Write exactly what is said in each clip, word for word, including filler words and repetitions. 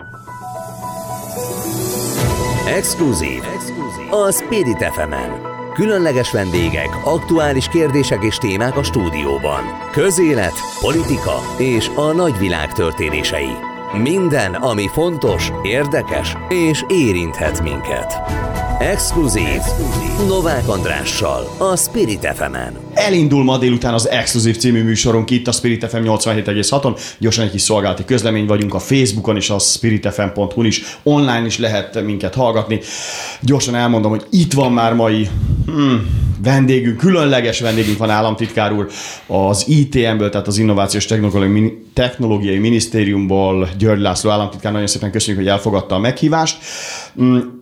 Exkluzív a Spirit ef emen. Különleges vendégek, aktuális kérdések és témák a stúdióban. Közélet, politika és a nagyvilág történései. Minden, ami fontos, érdekes és érinthet minket. Exkluzív Novák Andrással a Spirit ef emen. Elindul ma délután az Exkluzív című műsorunk itt a Spirit ef em nyolcvanhét egész haton. Gyorsan egy kis szolgálati közlemény, vagyunk a Facebookon és a spirit f m pont hu-n is. Online is lehet minket hallgatni. Gyorsan elmondom, hogy itt van már mai hmm, vendégünk, különleges vendégünk van, államtitkár úr az i té em-ből, tehát az Innovációs Technológiai Minisztériumból, György László államtitkár. Nagyon szépen köszönjük, hogy elfogadta a meghívást. Hmm,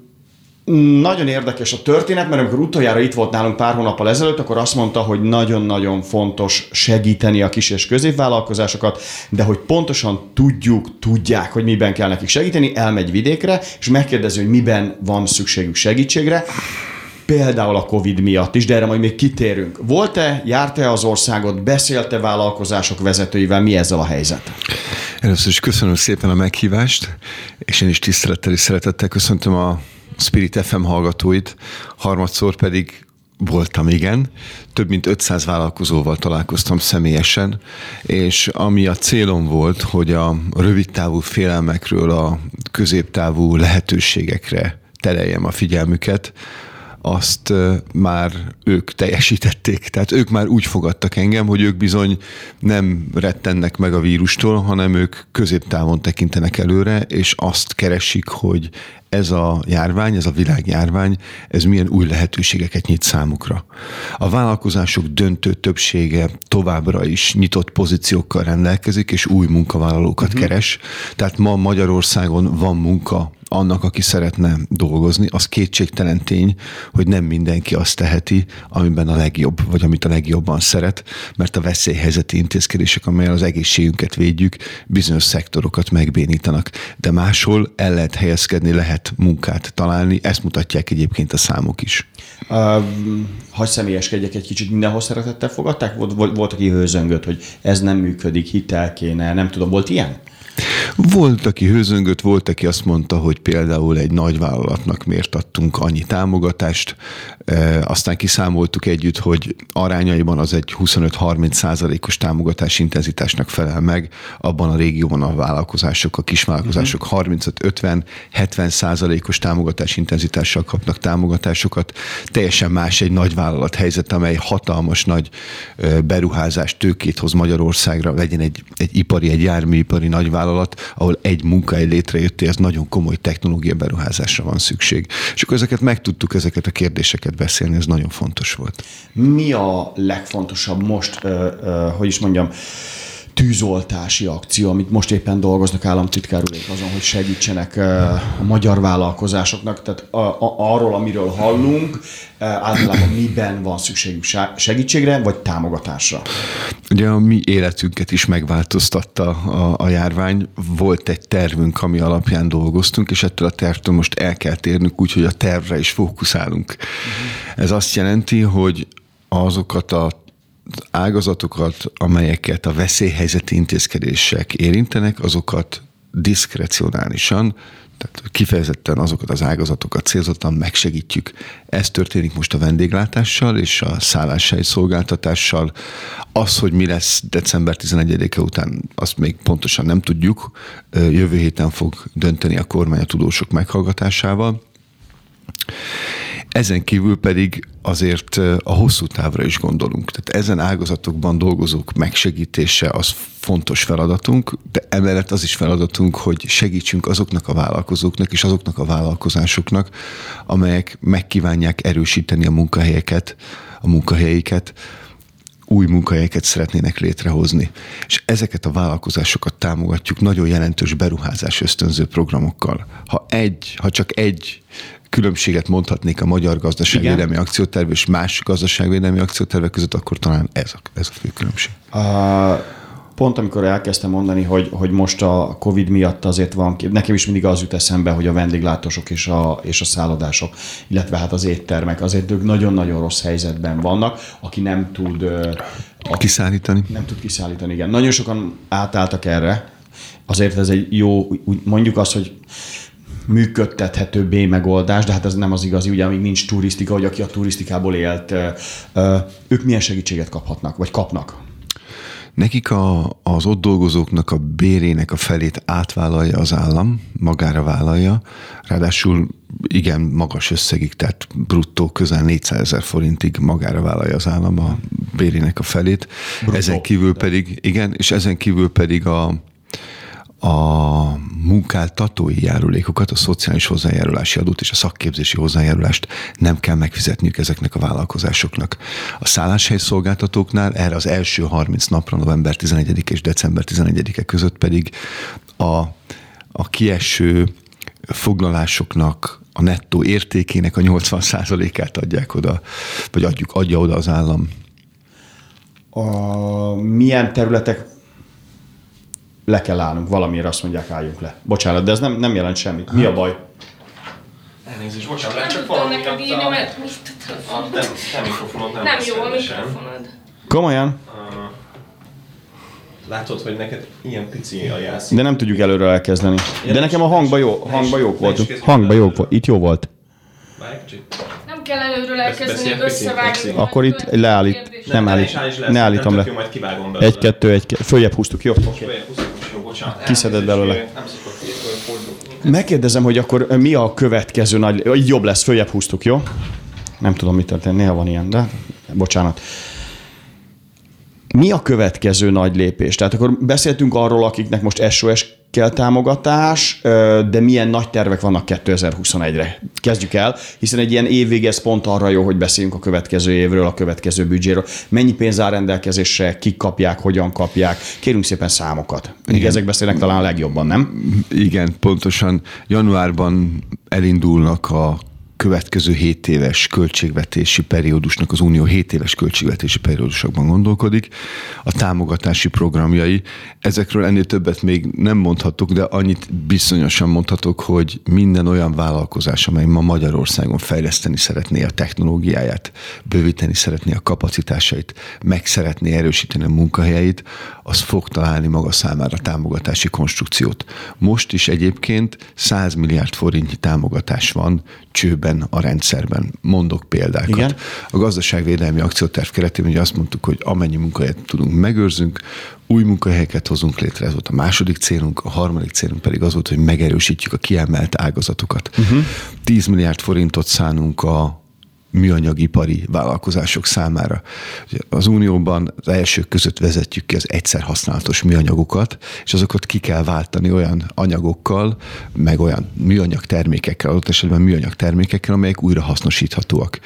Nagyon érdekes a történet, mert amikor utoljára itt volt nálunk pár hónappal ezelőtt, akkor azt mondta, hogy nagyon-nagyon fontos segíteni a kis- és középvállalkozásokat, de hogy pontosan tudjuk, tudják, hogy miben kell nekik segíteni, elmegy vidékre, és megkérdezi, hogy miben van szükségük segítségre, például a Covid miatt is, de erre majd még kitérünk. Volt-e, járt-e az országot, beszélte vállalkozások vezetőivel, mi ezzel a helyzet? Először is köszönöm szépen a meghívást, és én is tisztelettel és szeretettel köszöntöm a Spirit ef em hallgatóit, harmadszor pedig voltam, igen. Több mint ötszáz vállalkozóval találkoztam személyesen, és ami a célom volt, hogy a rövidtávú félelmekről a középtávú lehetőségekre tereljem a figyelmüket, azt már ők teljesítették. Tehát ők már úgy fogadtak engem, hogy ők bizony nem rettennek meg a vírustól, hanem ők középtávon tekintenek előre, és azt keresik, hogy ez a járvány, ez a világjárvány, ez milyen új lehetőségeket nyit számukra. A vállalkozások döntő többsége továbbra is nyitott pozíciókkal rendelkezik, és új munkavállalókat uh-huh. keres. Tehát ma Magyarországon van munka annak, aki szeretne dolgozni, az kétségtelen tény, hogy nem mindenki azt teheti, amiben a legjobb, vagy amit a legjobban szeret, mert a veszélyhelyzeti intézkedések, amelyen az egészségünket védjük, bizonyos szektorokat megbénítanak. De máshol el lehet helyezkedni, lehet munkát találni, ezt mutatják egyébként a számok is. Uh, hagy személyeskedjek egy kicsit, mindenhol szeretettel fogadták? Volt, volt, aki hőzöngött, hogy ez nem működik, hitel kéne, nem tudom, volt ilyen? Volt, aki hőzöngött, volt, aki azt mondta, hogy például egy nagyvállalatnak miért adtunk annyi támogatást, e, aztán kiszámoltuk együtt, hogy arányaiban az egy huszonöt-harminc százalékos támogatás intenzitásnak felel meg, abban a régióban a vállalkozások, a kisvállalkozások uh-huh. harmincöt-ötven-hetven százalékos támogatás intenzitással kapnak támogatásokat. Teljesen más egy nagyvállalat helyzet, amely hatalmas nagy beruházás, tőkét hoz Magyarországra, legyen egy, egy ipari, egy járműipari nagyvállalat, ahol egy munkahely létrejött, ez nagyon komoly technológia beruházásra van szükség. És akkor ezeket megtudtuk, ezeket a kérdéseket beszélni, ez nagyon fontos volt. Mi a legfontosabb most, ö, ö, hogy is mondjam, tűzoltási akció, amit most éppen dolgoznak államtitkár úrék azon, hogy segítsenek a magyar vállalkozásoknak, tehát a, a, arról, amiről hallunk, általában miben van szükségük segítségre, vagy támogatásra? Ugye a mi életünket is megváltoztatta a, a járvány. Volt egy tervünk, ami alapján dolgoztunk, és ettől a tervtől most el kell térnünk úgy, hogy a tervre is fókuszálunk. Uh-huh. Ez azt jelenti, hogy azokat a ágazatokat, amelyeket a veszélyhelyzeti intézkedések érintenek, azokat diszkrecionálisan, tehát kifejezetten azokat az ágazatokat célzottan megsegítjük. Ez történik most a vendéglátással és a szálláshelyi szolgáltatással. Az, hogy mi lesz december tizenegyedike után, azt még pontosan nem tudjuk. Jövő héten fog dönteni a kormány a tudósok meghallgatásával. Ezen kívül pedig azért a hosszú távra is gondolunk. Tehát ezen ágazatokban dolgozók megsegítése az fontos feladatunk, de emellett az is feladatunk, hogy segítsünk azoknak a vállalkozóknak és azoknak a vállalkozásoknak, amelyek megkívánják erősíteni a munkahelyeket, a munkahelyeiket, új munkahelyeket szeretnének létrehozni. És ezeket a vállalkozásokat támogatjuk nagyon jelentős beruházás ösztönző programokkal. Ha egy, ha csak egy különbséget mondhatnék a magyar gazdaságvédelmi akcióterv és más gazdaságvédelmi akciótervek között, akkor talán ez a, ez a fő különbség. Uh, pont amikor elkezdtem mondani, hogy, hogy most a Covid miatt azért van, nekem is mindig az jut eszembe, hogy a vendéglátósok és a, és a szállodások, illetve hát az éttermek azért ők nagyon-nagyon rossz helyzetben vannak, aki nem tud... Aki kiszállítani. Nem tud kiszállítani, igen. Nagyon sokan átálltak erre, azért ez egy jó, úgy mondjuk azt, hogy működtethető B megoldás, de hát ez nem az igazi, ugye, amíg nincs turisztika, hogy aki a turisztikából élt, ők milyen segítséget kaphatnak, vagy kapnak? Nekik a, az ott dolgozóknak a bérének a felét átvállalja az állam, magára vállalja, ráadásul igen magas összegig, tehát bruttó közel négyszázezer forintig magára vállalja az állam a bérének a felét. Bruttó. Ezen kívül pedig, igen, és ezen kívül pedig a a munkáltatói járulékokat, a szociális hozzájárulási adót és a szakképzési hozzájárulást nem kell megfizetniük ezeknek a vállalkozásoknak. A szálláshely szolgáltatóknál erre az első harminc napra, november tizenegyedike és december tizenegyedike között pedig a, a kieső foglalásoknak a nettó értékének a nyolcvan százalékát adják oda, vagy adjuk, adja oda az állam. A milyen területek le kell állnunk, valamiért azt mondják, álljunk le. Bocsánat, de ez nem, nem jelent semmit. Mi a baj? Elnézést, bocsánat, nem csak valami neked írni, mert mit a te, te mikrofonod nem Nem lesz jó a rendesen. mikrofonod. Komolyan? Uh, látod, hogy neked ilyen pici a jelszín. De nem tudjuk előre elkezdeni. De nekem a hangba jó, hangba jók voltunk. Hangba jók volt. Itt jó volt. Nem kell előről elkezdeni, hogy összevágni. Akkor itt leállít. Nem állít. Ne állítom le. Egy, kettő, egy, kettő. Följebb húztuk, jó? Kiszeded belőle. Megkérdezem, hogy akkor mi a következő nagy... Így jobb lesz, följebb húztuk, jó? Nem tudom, mit történt, néha van ilyen, de bocsánat. Mi a következő nagy lépés? Tehát akkor beszéltünk arról, akiknek most es o es kell támogatás, de milyen nagy tervek vannak kétezer-huszonegyre? Kezdjük el, hiszen egy ilyen évvége ez pont arra jó, hogy beszéljünk a következő évről, a következő büdzséről. Mennyi pénz áll rendelkezésre, kik kapják, hogyan kapják? Kérünk szépen számokat. Még ezek beszélnek talán a legjobban, nem? Igen, pontosan. Januárban elindulnak a következő hét éves költségvetési periódusnak, az Unió hét éves költségvetési periódusokban gondolkodik, a támogatási programjai. Ezekről ennél többet még nem mondhatok, de annyit bizonyosan mondhatok, hogy minden olyan vállalkozás, amely ma Magyarországon fejleszteni szeretné a technológiáját, bővíteni szeretné a kapacitásait, meg szeretné erősíteni a munkahelyeit, az fog találni maga számára támogatási konstrukciót. Most is egyébként száz milliárd forintnyi támogatás van csőben a rendszerben. Mondok példákat. Igen? A gazdaságvédelmi akcióterv keretében ugye azt mondtuk, hogy amennyi munkahelyet tudunk, megőrzünk, új munkahelyeket hozunk létre, ez volt a második célunk, a harmadik célunk pedig az volt, hogy megerősítjük a kiemelt ágazatokat. Uh-huh. tíz milliárd forintot szánunk a műanyagipari vállalkozások számára. Az Unióban az elsők között vezetjük ki az egyszer használatos műanyagokat, és azokat ki kell váltani olyan anyagokkal, meg olyan műanyag termékekkel, adott esetben műanyag termékekkel, amelyek újra hasznosíthatóak.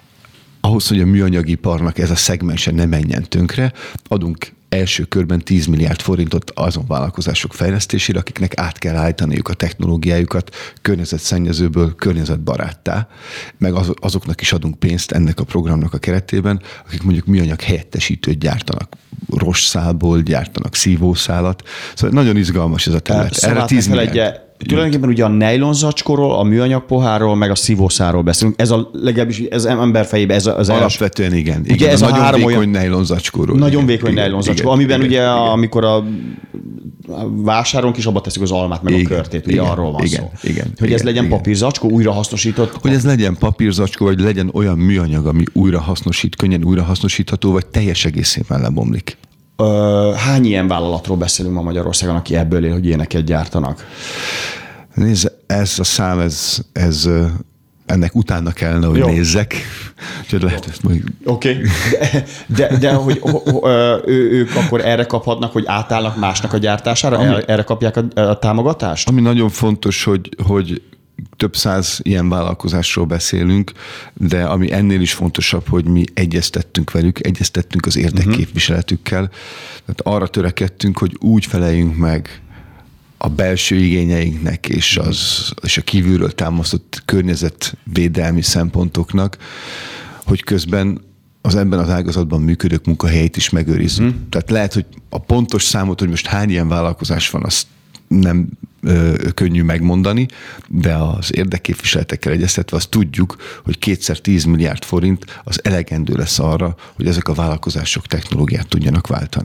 Ahhoz, hogy a műanyagiparnak ez a szegmense ne menjen tönkre, adunk első körben tíz milliárd forintot azon vállalkozások fejlesztésére, akiknek át kell állítaniuk a technológiájukat környezetszennyezőből környezetbaráttá, meg az, azoknak is adunk pénzt ennek a programnak a keretében, akik mondjuk műanyag helyettesítőt gyártanak, rostszálból gyártanak szívószálat. Szóval nagyon izgalmas ez a terület. Szóval erre tíz milliárd. Tulajdonképpen ugye a nejlon zacskóról, a műanyag pohárról, meg a szívószáról beszélünk. Ez a legalábbis ez ember fejében ez az alapvetően igen. Ugye igen, ez a nagyon három vékony olyan... nejlon zacskóról. Nagyon igen, vékony igen, nejlon zacskó, igen, amiben igen, ugye igen. amikor a vásárolunk is abba tesszük az almát, meg igen, a körtét, ugye igen, arról van igen, szó. Igen, hogy igen, ez legyen igen. papírzacskó, újrahasznosított. Hogy ez legyen papírzacskó, vagy legyen olyan műanyag, ami újrahasznosít, könnyen újrahasznosítható, vagy teljes egészében lebomlik. Hány ilyen vállalatról beszélünk ma Magyarországon, aki ebből él, hogy ilyeneket gyártanak? Nézd, ez a szám, ez, ez ennek utána kellene, hogy jó. nézzek. Lehet, Oké, okay. de, de, de hogy ő, ők akkor erre kaphatnak, hogy átállnak másnak a gyártására? Ami, erre kapják a, a támogatást? Ami nagyon fontos, hogy, hogy több száz ilyen vállalkozásról beszélünk, de ami ennél is fontosabb, hogy mi egyeztettünk velük, egyeztettünk az érdekképviseletükkel. Tehát arra törekedtünk, hogy úgy feleljünk meg a belső igényeinknek és, az, és a kívülről támasztott környezetvédelmi szempontoknak, hogy közben az ebben az ágazatban működők munkahelyét is megőrizzük. Hmm. Tehát lehet, hogy a pontos számot, hogy most hány ilyen vállalkozás van, azt nem ö, könnyű megmondani, de az érdekképviseletekkel egyeztetve azt tudjuk, hogy kétszer tíz milliárd forint az elegendő lesz arra, hogy ezek a vállalkozások technológiát tudjanak váltani.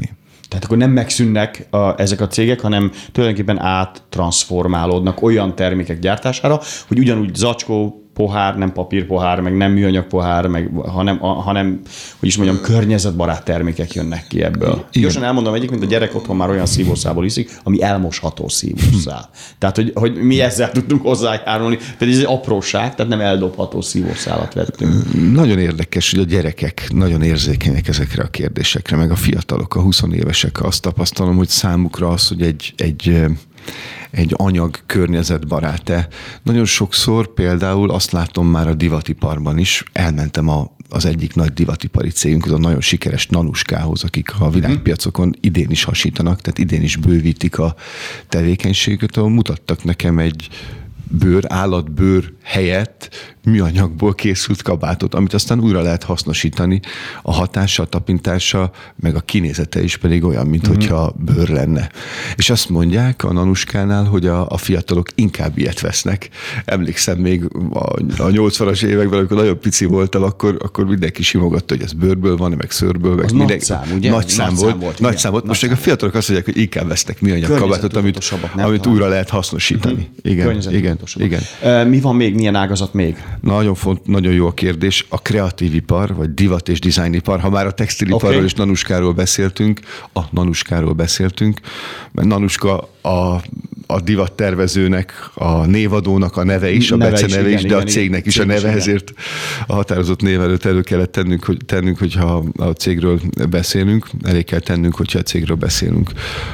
Tehát akkor nem megszűnnek a, ezek a cégek, hanem tulajdonképpen áttranszformálódnak olyan termékek gyártására, hogy ugyanúgy zacskó, pohár, nem papírpohár, meg nem műanyag pohár, meg, hanem, a, hanem, hogy is mondjam, környezetbarát termékek jönnek ki ebből. Gyorsan elmondom, egyébként a gyerek otthon már olyan szívószából iszik, ami elmosható szívószál. Tehát, hogy, hogy mi ezzel tudtunk hozzájárulni, pedig ez egy apróság, tehát nem eldobható szívószálat vettünk. Nagyon érdekes, hogy a gyerekek nagyon érzékenyek ezekre a kérdésekre, meg a fiatalok, a huszonévesek. Azt tapasztalom, hogy számukra az, hogy egy, egy egy anyag környezetbarát-e. Nagyon sokszor például azt látom már a divatiparban is, elmentem a, az egyik nagy divatipari cégünkhöz, a nagyon sikeres Nanuskához, akik a világpiacokon idén is hasítanak, tehát idén is bővítik a tevékenységüket, ahol mutattak nekem egy bőr, állatbőr helyett műanyagból készült kabátot, amit aztán újra lehet hasznosítani. A hatása, a tapintása, meg a kinézete is pedig olyan, mint mm. hogyha bőr lenne. És azt mondják a Nanuskánál, hogy a, a fiatalok inkább ilyet vesznek. Emlékszem még a, a nyolcvanas években, amikor nagyon pici voltam, akkor, akkor mindenki simogatta, hogy ez bőrből van, meg szőrből. Meg minden... nagy szám, ugye? Nagy szám nagy volt. Szám volt nagy szám volt. Most meg a fiatalok azt mondják, hogy inkább vesznek műanyag kabátot, amit, amit újra lehet hasznosítani. Mm-hmm. Igen, igen, igen. Mi van még? Milyen ágazat még? Nagyon font, nagyon jó a kérdés. A kreatív ipar, vagy divat és dizájnipar, ha már a textiliparról okay. és Nanuskáról beszéltünk, a Nanuskáról beszéltünk, mert Nanuska a, a divat tervezőnek, a névadónak a neve is, a neve Bece neve is, igen, de igen, a cégnek igen, is a neve, igen. Ezért a határozott név előtt elő kellett tennünk, hogy, tennünk, hogyha a cégről beszélünk, elég kell tennünk, hogyha a cégről beszélünk.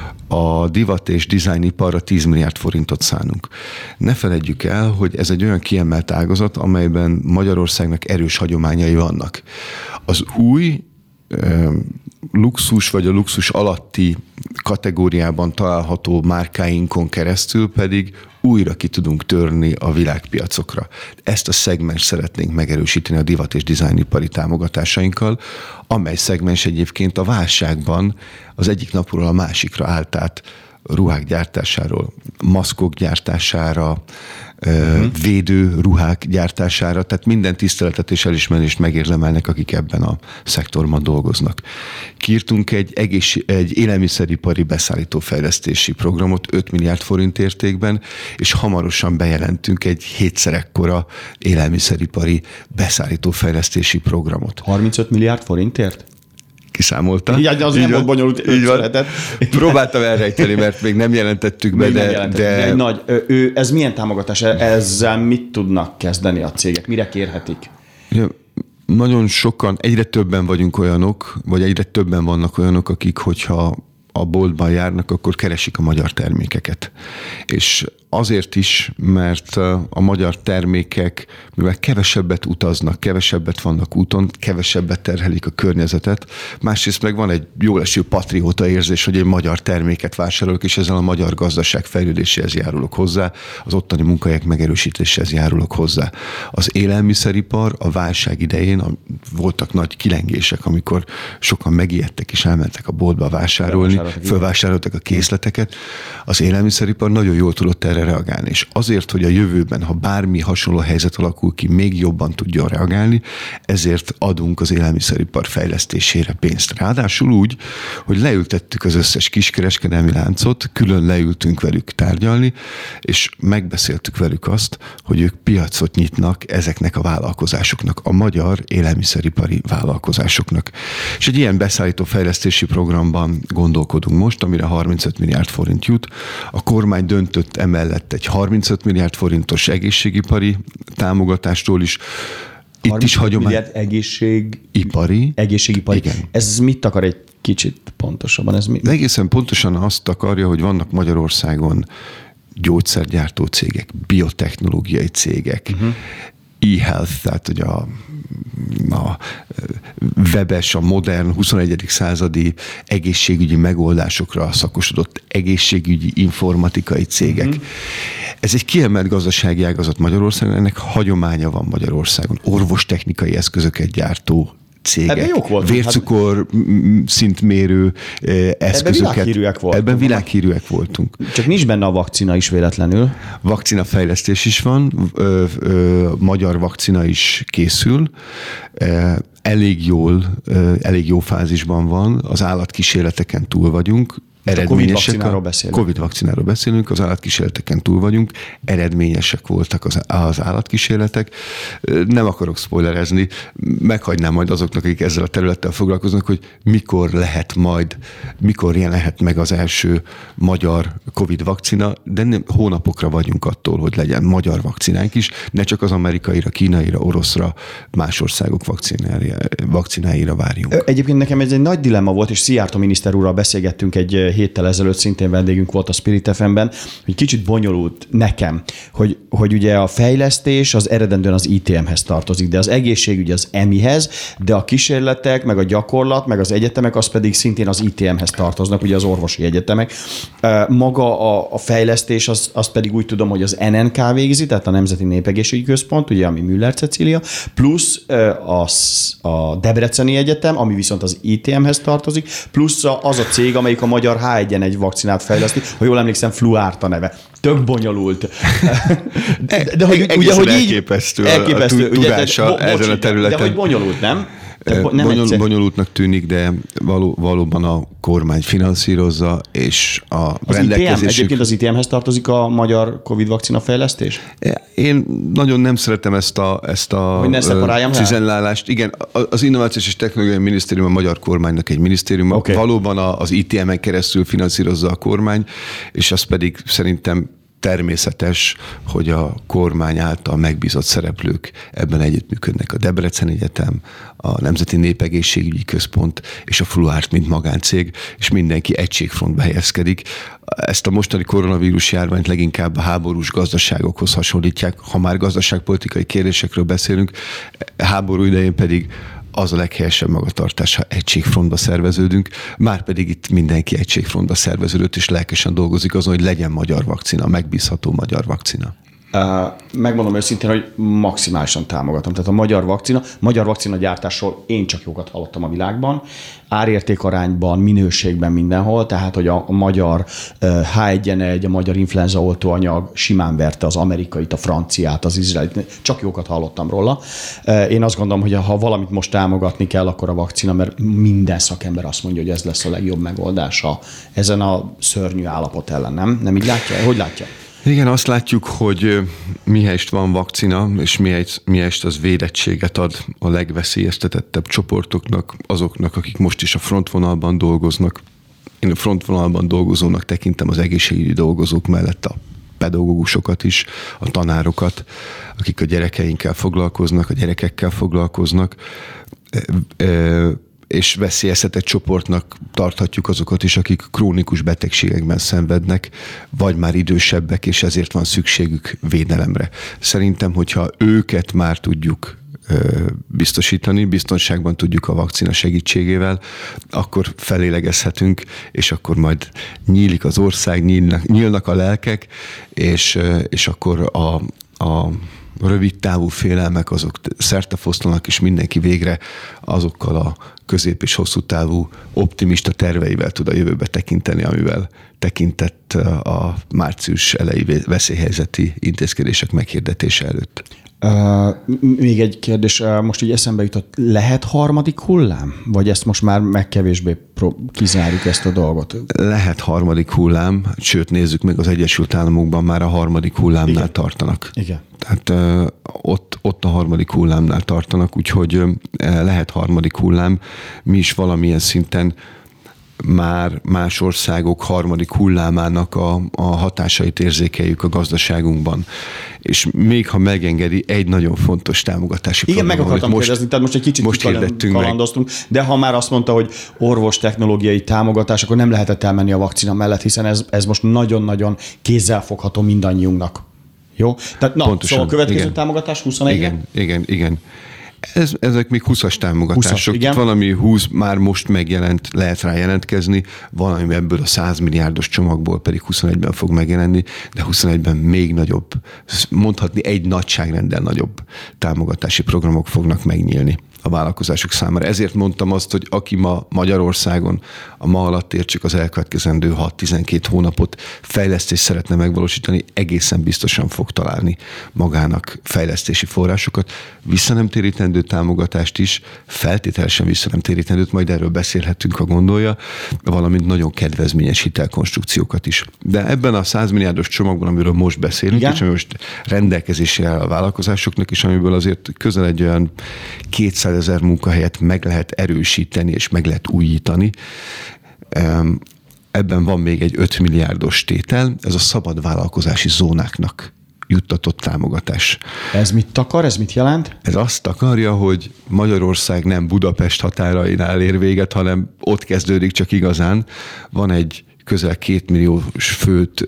A divat és dizájniparra tíz milliárd forintot szánunk. Ne feledjük el, hogy ez egy olyan kiemelt ágazat, amelyben Magyarországnak erős hagyományai vannak. Az új e, luxus vagy a luxus alatti kategóriában található márkáinkon keresztül pedig újra ki tudunk törni a világpiacokra. Ezt a szegmens szeretnénk megerősíteni a divat és dizájnipari támogatásainkkal, amely szegmens egyébként a válságban az egyik napról a másikra állt át ruhák gyártásáról, maszkok gyártására, uh-huh. védő ruhák gyártására, tehát minden tiszteletet és elismerést megérdemelnek, akik ebben a szektorban dolgoznak. Kiírtunk egy, egész, egy élelmiszeripari beszállítófejlesztési programot öt milliárd forint értékben, és hamarosan bejelentünk egy hétszer ekkora élelmiszeripari beszállítófejlesztési programot. harmincöt milliárd forintért? Kiszámolta. Ja, az így nem volt bonyolult. Így van. Próbáltam elrejteni, mert még nem jelentettük be, de... de... de egy nagy, ő, ez milyen támogatás? Ezzel mit tudnak kezdeni a cégek? Mire kérhetik? Ja, nagyon sokan, egyre többen vagyunk olyanok, vagy egyre többen vannak olyanok, akik, hogyha a boltban járnak, akkor keresik a magyar termékeket. És azért is, mert a magyar termékek, mivel kevesebbet utaznak, kevesebbet vannak úton, kevesebbet terhelik a környezetet, másrészt meg van egy jól eső patrióta érzés, hogy egy magyar terméket vásárolok, és ezzel a magyar gazdaság fejlődéséhez járulok hozzá, az ottani munkahelyek megerősítéséhez járulok hozzá. Az élelmiszeripar a válság idején voltak nagy kilengések, amikor sokan megijedtek és elmentek a boltba vásárolni, fölvásároltak a készleteket. Az élelmiszeripar nagyon jól tudott erre reagálni, és azért, hogy a jövőben, ha bármi hasonló helyzet alakul ki, még jobban tudjon reagálni, ezért adunk az élelmiszeripar fejlesztésére pénzt. Ráadásul úgy, hogy leültettük az összes kiskereskedelmi láncot, külön leültünk velük tárgyalni, és megbeszéltük velük azt, hogy ők piacot nyitnak ezeknek a vállalkozásoknak, a magyar élelmiszeripari vállalkozásoknak. És egy ilyen beszállító fejlesztési programban gondolkodunk most, amire harmincöt milliárd forint jut. A kormány döntött emellett egy harmincöt milliárd forintos egészségipari támogatástól is. Itt is hagyomány. egészségipari. Egészségipari. Igen. Ez mit akar egy kicsit pontosabban? Ez mi? Egészen pontosan azt akarja, hogy vannak Magyarországon gyógyszergyártó cégek, biotechnológiai cégek, uh-huh. e-health, tehát hogy a, a webes, a modern, huszonegyedik századi egészségügyi megoldásokra szakosodott egészségügyi informatikai cégek. Mm-hmm. Ez egy kiemelt gazdasági ágazat Magyarországon, ennek hagyománya van Magyarországon. Orvostechnikai eszközöket gyártó cégek, vércukor hát... szintmérő eszközöket. Ebben világhírűek voltunk. Ebben világhírűek voltunk. Csak nincs benne a vakcina is véletlenül. Vakcinafejlesztés is van, ö, ö, magyar vakcina is készül, elég jól, elég jó fázisban van, az állatkísérleteken túl vagyunk, eredményesek. A Covid vakcináról beszélünk. Covid vakcináról beszélünk, az állatkísérleteken túl vagyunk, eredményesek voltak az, az állatkísérletek. Nem akarok spoilerezni, meghagynám majd azoknak, akik ezzel a területtel foglalkoznak, hogy mikor lehet majd, mikor jelenhet meg az első magyar Covid vakcina, de nem, hónapokra vagyunk attól, hogy legyen magyar vakcinánk is, ne csak az amerikaira, kínaira, oroszra, más országok vakcináira, vakcináira várjunk. Egyébként nekem ez egy nagy dilemma volt, és Szijjártó miniszter úrral beszélgettünk egy héttel ezelőtt, szintén vendégünk volt a Spirit ef em-ben, hogy kicsit bonyolult nekem, hogy, hogy ugye a fejlesztés az eredendően az i té em-hez tartozik, de az egészségügy az e em i-hez, de a kísérletek, meg a gyakorlat, meg az egyetemek, az pedig szintén az i té em-hez tartoznak, ugye az orvosi egyetemek. Maga a, a fejlesztés, az, az pedig úgy tudom, hogy az en en ká végzi, tehát a Nemzeti Népegészségügyi Központ, ugye, ami Müller Cecília, plusz az, a Debreceni Egyetem, ami viszont az i té em-hez tartozik, plusz az a cég, amelyik a magyar há egy en egy vakcinát fejleszti, ha jól emlékszem, Fluárta neve. Tök bonyolult. De, de hogy, ugye, hogy elképesztő, elképesztő a tudása ugye, de, ezen a területen. De hogy bonyolult, nem? Nem Bonyol, bonyolultnak tűnik, de való, valóban a kormány finanszírozza, és a az rendelkezésük... Egyébként az i té em-hez tartozik a magyar Covid vakcina fejlesztés? Én nagyon nem szeretem ezt a, ezt a cizellálást. Igen, az Innovációs és Technológiai Minisztérium a magyar kormánynak egy minisztérium. Okay. Valóban az i té em-en keresztül finanszírozza a kormány, és az pedig szerintem természetes, hogy a kormány által megbízott szereplők ebben együttműködnek. A Debreceni Egyetem, a Nemzeti Népegészségügyi Központ és a Fluárt, mint magáncég, és mindenki egységfrontba helyezkedik. Ezt a mostani koronavírus járványt leginkább a háborús gazdaságokhoz hasonlítják. Ha már gazdaságpolitikai kérdésekről beszélünk, háború idején pedig az a leghelyesebb magatartás, ha egységfrontba szerveződünk, már pedig itt mindenki egységfrontba szerveződött, és lelkesen dolgozik azon, hogy legyen magyar vakcina, megbízható magyar vakcina. Megmondom őszintén, hogy maximálisan támogatom. Tehát a magyar vakcina, magyar vakcina gyártásról én csak jókat hallottam a világban, árértékarányban, minőségben mindenhol, tehát hogy a, a magyar há egy en egy, a magyar influenza oltóanyag simán verte az amerikait, a franciát, az izraelit, csak jókat hallottam róla. Én azt gondolom, hogy ha valamit most támogatni kell, akkor a vakcina, mert minden szakember azt mondja, hogy ez lesz a legjobb megoldása ezen a szörnyű állapot ellen, nem? Nem így látja? Hogy látja? Igen, azt látjuk, hogy mihelyest van vakcina, és mihelyest az védettséget ad a legveszélyeztetettebb csoportoknak, azoknak, akik most is a frontvonalban dolgoznak. Én a frontvonalban dolgozónak tekintem az egészségügyi dolgozók mellett a pedagógusokat is, a tanárokat, akik a gyerekeinkkel foglalkoznak, a gyerekekkel foglalkoznak, és veszélyeztetett csoportnak tarthatjuk azokat is, akik krónikus betegségekben szenvednek, vagy már idősebbek, és ezért van szükségük védelemre. Szerintem, hogyha őket már tudjuk biztosítani, biztonságban tudjuk a vakcina segítségével, akkor felélegezhetünk, és akkor majd nyílik az ország, nyílnak, nyílnak a lelkek, és, és akkor a, a rövid távú félelmek azok szertefoszlanak, és mindenki végre azokkal a közép- és hosszú távú optimista terveivel tud a jövőbe tekinteni, amivel tekintett a március elejé veszélyhelyzeti intézkedések meghirdetése előtt. Uh, még egy kérdés, uh, most így eszembe jutott, lehet harmadik hullám? Vagy ezt most már meg kevésbé pro- kizárjuk ezt a dolgot? Lehet harmadik hullám, sőt nézzük meg, az Egyesült Államokban már a harmadik hullámnál Igen. tartanak. Igen. Tehát uh, ott, ott a harmadik hullámnál tartanak, úgyhogy uh, lehet harmadik hullám. Mi is valamilyen szinten már más országok harmadik hullámának a, a hatásait érzékeljük a gazdaságunkban. És még ha megengedi, egy nagyon fontos támogatási Igen, program, meg akartam most, kérdezni, tehát most egy kicsit most kalandoztunk, de ha már azt mondta, hogy orvos technológiai támogatás, akkor nem lehetett elmenni a vakcina mellett, hiszen ez, ez most nagyon-nagyon kézzelfogható mindannyiunknak. Jó? Tehát na, Pontosan, szóval a következő igen. támogatás huszonegy Igen, igen, igen. Ez, ezek még húszas támogatások. húszas, valami húsz már most megjelent, lehet rá jelentkezni, valami ebből a száz milliárdos csomagból pedig huszonegyben fog megjelenni, de huszonegyben még nagyobb, mondhatni egy nagyságrendel nagyobb támogatási programok fognak megnyílni. a vállalkozások számára. Ezért mondtam azt, hogy aki ma Magyarországon a ma alatt ér csak az elkövetkezendő hat-tizenkét hónapot fejlesztést szeretne megvalósítani, egészen biztosan fog találni magának fejlesztési forrásokat, visszanemtérítendő támogatást is, feltételesen visszanemtérítendőt, majd erről beszélhetünk, ha gondolja, valamint nagyon kedvezményes hitelkonstrukciókat is. De ebben a száz milliárdos csomagban, amiről most beszélünk, igen? És ami most rendelkezésre áll a vállalkozásoknak, és amiből azért közel egy olyan kétszázezer munkahelyet meg lehet erősíteni, és meg lehet újítani. Ebben van még egy öt milliárdos tétel, ez a szabad vállalkozási zónáknak juttatott támogatás. Ez mit takar, ez mit jelent? Ez azt akarja, hogy Magyarország nem Budapest határainál ér véget, hanem ott kezdődik csak igazán. Van egy közel két milliós főt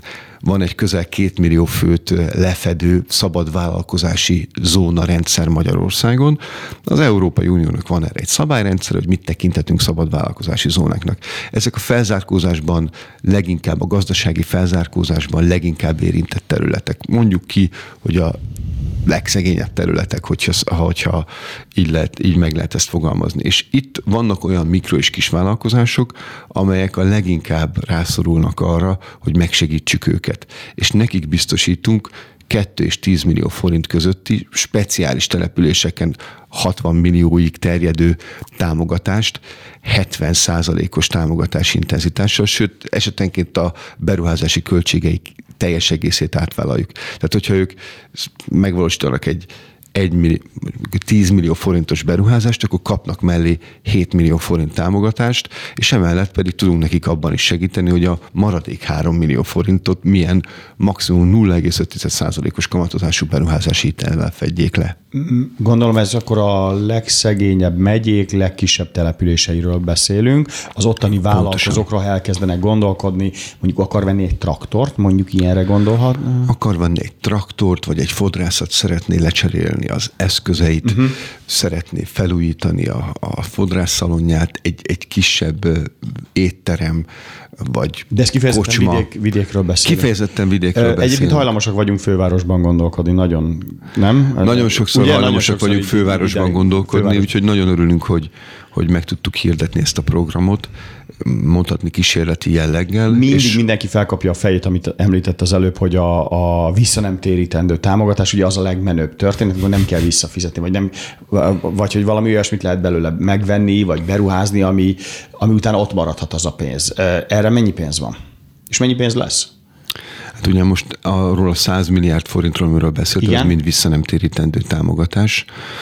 van egy közel két millió főt lefedő szabad vállalkozási zóna rendszer Magyarországon. Az Európai Uniónak van erre egy szabályrendszer, hogy mit tekintetünk szabad vállalkozási zónáknak. Ezek a felzárkózásban leginkább, a gazdasági felzárkózásban leginkább érintett területek. Mondjuk ki, hogy a legszegényebb területek, hogyha, hogyha így, lehet, így meg lehet ezt fogalmazni. És itt vannak olyan mikro- és kisvállalkozások, amelyek a leginkább rászorulnak arra, hogy megsegítsük őket. És nekik biztosítunk kettő és tíz millió forint közötti speciális településeken hatvan millióig terjedő támogatást, hetven százalékos támogatási intenzitással, sőt, esetenként a beruházási költségeik teljes egészét átvállaljuk. Tehát, hogyha ők megvalósítanak egy egy millió, tíz millió forintos beruházást, akkor kapnak mellé hét millió forint támogatást, és emellett pedig tudunk nekik abban is segíteni, hogy a maradék három millió forintot milyen maximum nulla egész öt százalékos kamatozású beruházási hitelvel fedjék le. Gondolom ez akkor a legszegényebb megyék, legkisebb településeiről beszélünk. Az ottani vállalkozókra elkezdenek gondolkodni, mondjuk akar venni egy traktort, mondjuk ilyenre gondolhat? Akar venni egy traktort, vagy egy fodrászat szeretné lecserélni az eszközeit, uh-huh. szeretné felújítani a, a fodrászszalonját, egy, egy kisebb étterem, vagy de ez kifejezetten kocsma. Vidék, vidékről beszélünk. Kifejezetten vidékről beszélünk. Egyébként hajlamosak vagyunk fővárosban gondolkodni, nagyon, nem? Nagyon sokszor ugye, hajlamosak nagyon vagyunk fővárosban ide, gondolkodni, főváros. Úgyhogy nagyon örülünk, hogy, hogy meg tudtuk hirdetni ezt a programot, mondhatni kísérleti jelleggel. Mindig és mindenki felkapja a fejét, amit említett az előbb, hogy a, a visszanemtérítendő támogatás, ugye az a legmenőbb történet, amikor nem kell visszafizetni, vagy, nem, vagy hogy valami olyasmit lehet belőle megvenni, vagy beruházni, ami, ami utána ott maradhat az a pénz. Erre mennyi pénz van? És mennyi pénz lesz? Hát ugye most arról a száz milliárd forintról, amiről beszéltünk, az mind visszanemtérítendő támogatás.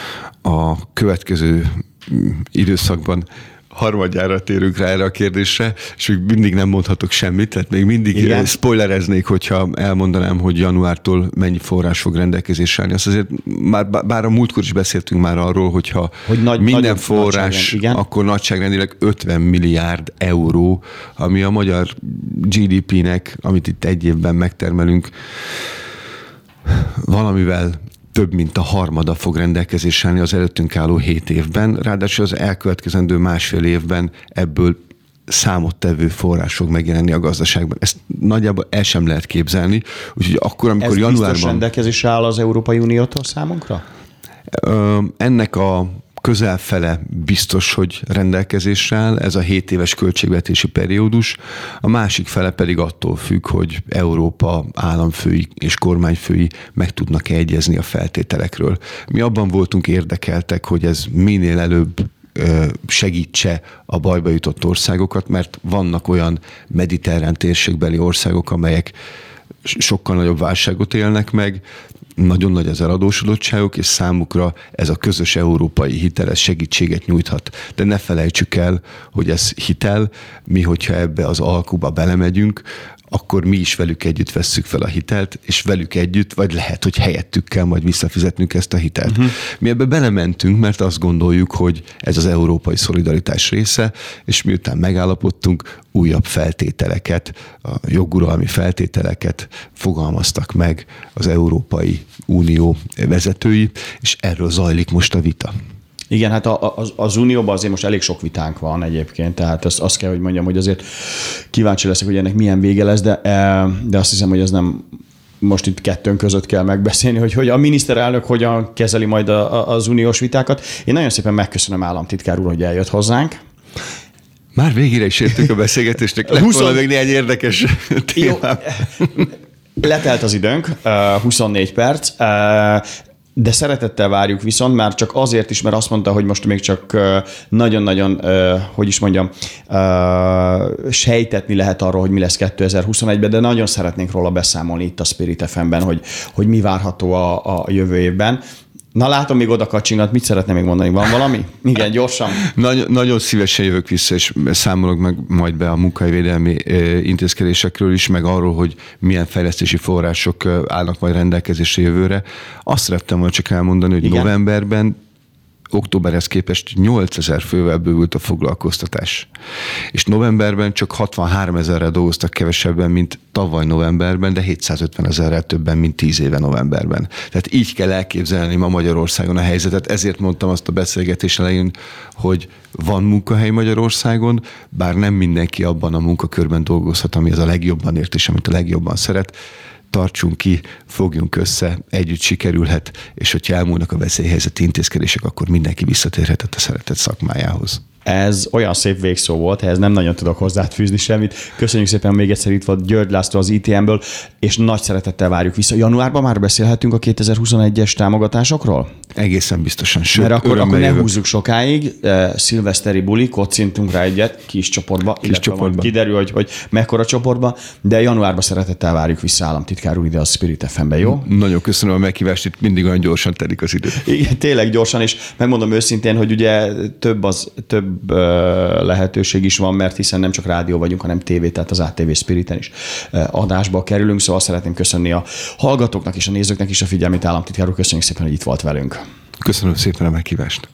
A következő időszakban harmadjára térünk rá erre a kérdésre, és még mindig nem mondhatok semmit, tehát még mindig igen. spoilereznék, hogyha elmondanám, hogy januártól mennyi forrás fog rendelkezésre állni. Azt azért már, bár a múltkor is beszéltünk már arról, hogyha hogy nagy, minden nagyobb, forrás, nagyságrend, akkor nagyságrendileg ötven milliárd euró, ami a magyar gé dé pé-nek, amit itt egy évben megtermelünk, valamivel több mint a harmada fog rendelkezésre állni az előttünk álló hét évben, ráadásul az elkövetkezendő másfél évben ebből számottevő forrás fog megjelenni a gazdaságban. Ezt nagyjából el sem lehet képzelni. Úgyhogy akkor, amikor ez januárban... Ez biztos rendelkezésre áll az Európai Uniótól számunkra? Ennek a közelfele biztos, hogy rendelkezésre áll, ez a hét éves költségvetési periódus, a másik fele pedig attól függ, hogy Európa államfői és kormányfői meg tudnak egyezni a feltételekről. Mi abban voltunk érdekeltek, hogy ez minél előbb segítse a bajba jutott országokat, mert vannak olyan mediterrán térségbeli országok, amelyek sokkal nagyobb válságot élnek meg, nagyon nagy az eladósodottságuk, és számukra ez a közös európai hitel, ez segítséget nyújthat. De ne felejtsük el, hogy ez hitel, mi, hogyha ebbe az alkuba belemegyünk, akkor mi is velük együtt vesszük fel a hitelt, és velük együtt, vagy lehet, hogy helyettük kell majd visszafizetnünk ezt a hitelt. Uh-huh. Mi ebbe belementünk, mert azt gondoljuk, hogy ez az európai szolidaritás része, és miután megállapodtunk, újabb feltételeket, a joguralmi feltételeket fogalmaztak meg az Európai Unió vezetői, és erről zajlik most a vita. Igen, hát az, az Unióban azért most elég sok vitánk van egyébként, tehát azt, azt kell, hogy mondjam, hogy azért kíváncsi leszek, hogy ennek milyen vége lesz, de, de azt hiszem, hogy ez nem most itt kettőnk között kell megbeszélni, hogy, hogy a miniszterelnök hogyan kezeli majd a, a, az uniós vitákat. Én nagyon szépen megköszönöm államtitkár úr, hogy eljött hozzánk. Már végére is értük a beszélgetésnek. Lett volna még néhány érdekes témám. Letelt az időnk, huszonnégy perc, de szeretettel várjuk viszont, már csak azért is, mert azt mondta, hogy most még csak nagyon-nagyon, hogy is mondjam, sejtetni lehet arról, hogy mi lesz kétezer-huszonegyben, de nagyon szeretnénk róla beszámolni itt a Spirit ef em-ben, hogy, hogy mi várható a, a jövő évben. Na látom, még oda kacsingat, mit szeretne még mondani? Van valami? Igen, gyorsan. Nagy, nagyon szívesen jövök vissza, és számolok meg majd be a munkahelyvédelmi intézkedésekről is, meg arról, hogy milyen fejlesztési források állnak majd rendelkezésre jövőre. Azt szerettem volna csak elmondani, hogy igen? Novemberben októberhez képest nyolcezer fővel bővült a foglalkoztatás. És novemberben csak hatvanhárom ezerrel dolgoztak kevesebben, mint tavaly novemberben, de hétszázötven ezerrel többen, mint tíz éve novemberben. Tehát így kell elképzelni ma Magyarországon a helyzetet. Ezért mondtam azt a beszélgetés elején, hogy van munkahely Magyarországon, bár nem mindenki abban a munkakörben dolgozhat, ami az a legjobban ért, és amit a legjobban szeret. Tartsunk ki, fogjunk össze, együtt sikerülhet, és hogyha elmúlnak a veszélyhelyzeti intézkedések, akkor mindenki visszatérhetett a szeretett szakmájához. Ez olyan szép végszó volt, ehhez nem nagyon tudok hozzáfűzni semmit. Köszönjük szépen, még egyszer itt volt György László az i té em-ből, és nagy szeretettel várjuk vissza. Januárban már beszélhetünk a kétezer-huszonegyes támogatásokról? Egészen biztosan. Sőt, mert akkor, akkor ne jövök. húzzuk sokáig. Szilveszteri buli, kocintunk rá egyet, kis csoportba. Kis csoportba. Kiderül, hogy, hogy mekkora csoportba, de januárban szeretettel várjuk vissza államtitkár úr ide a Spirit ef em-be, jó? Nagyon köszönöm a meghívást, itt mindig olyan gyorsan telik az idő. Igen, tényleg gyorsan, és megmondom őszintén, hogy ugye több az több lehetőség is van, mert hiszen nem csak rádió vagyunk, hanem tévé, tehát az á té vé Spiriten is adásba kerülünk, szóval szeretném köszönni a hallgatóknak és a nézőknek is a figyelmét, államtitkár úr, köszönjük szépen, hogy itt volt velünk. Köszönöm szépen a meghívást.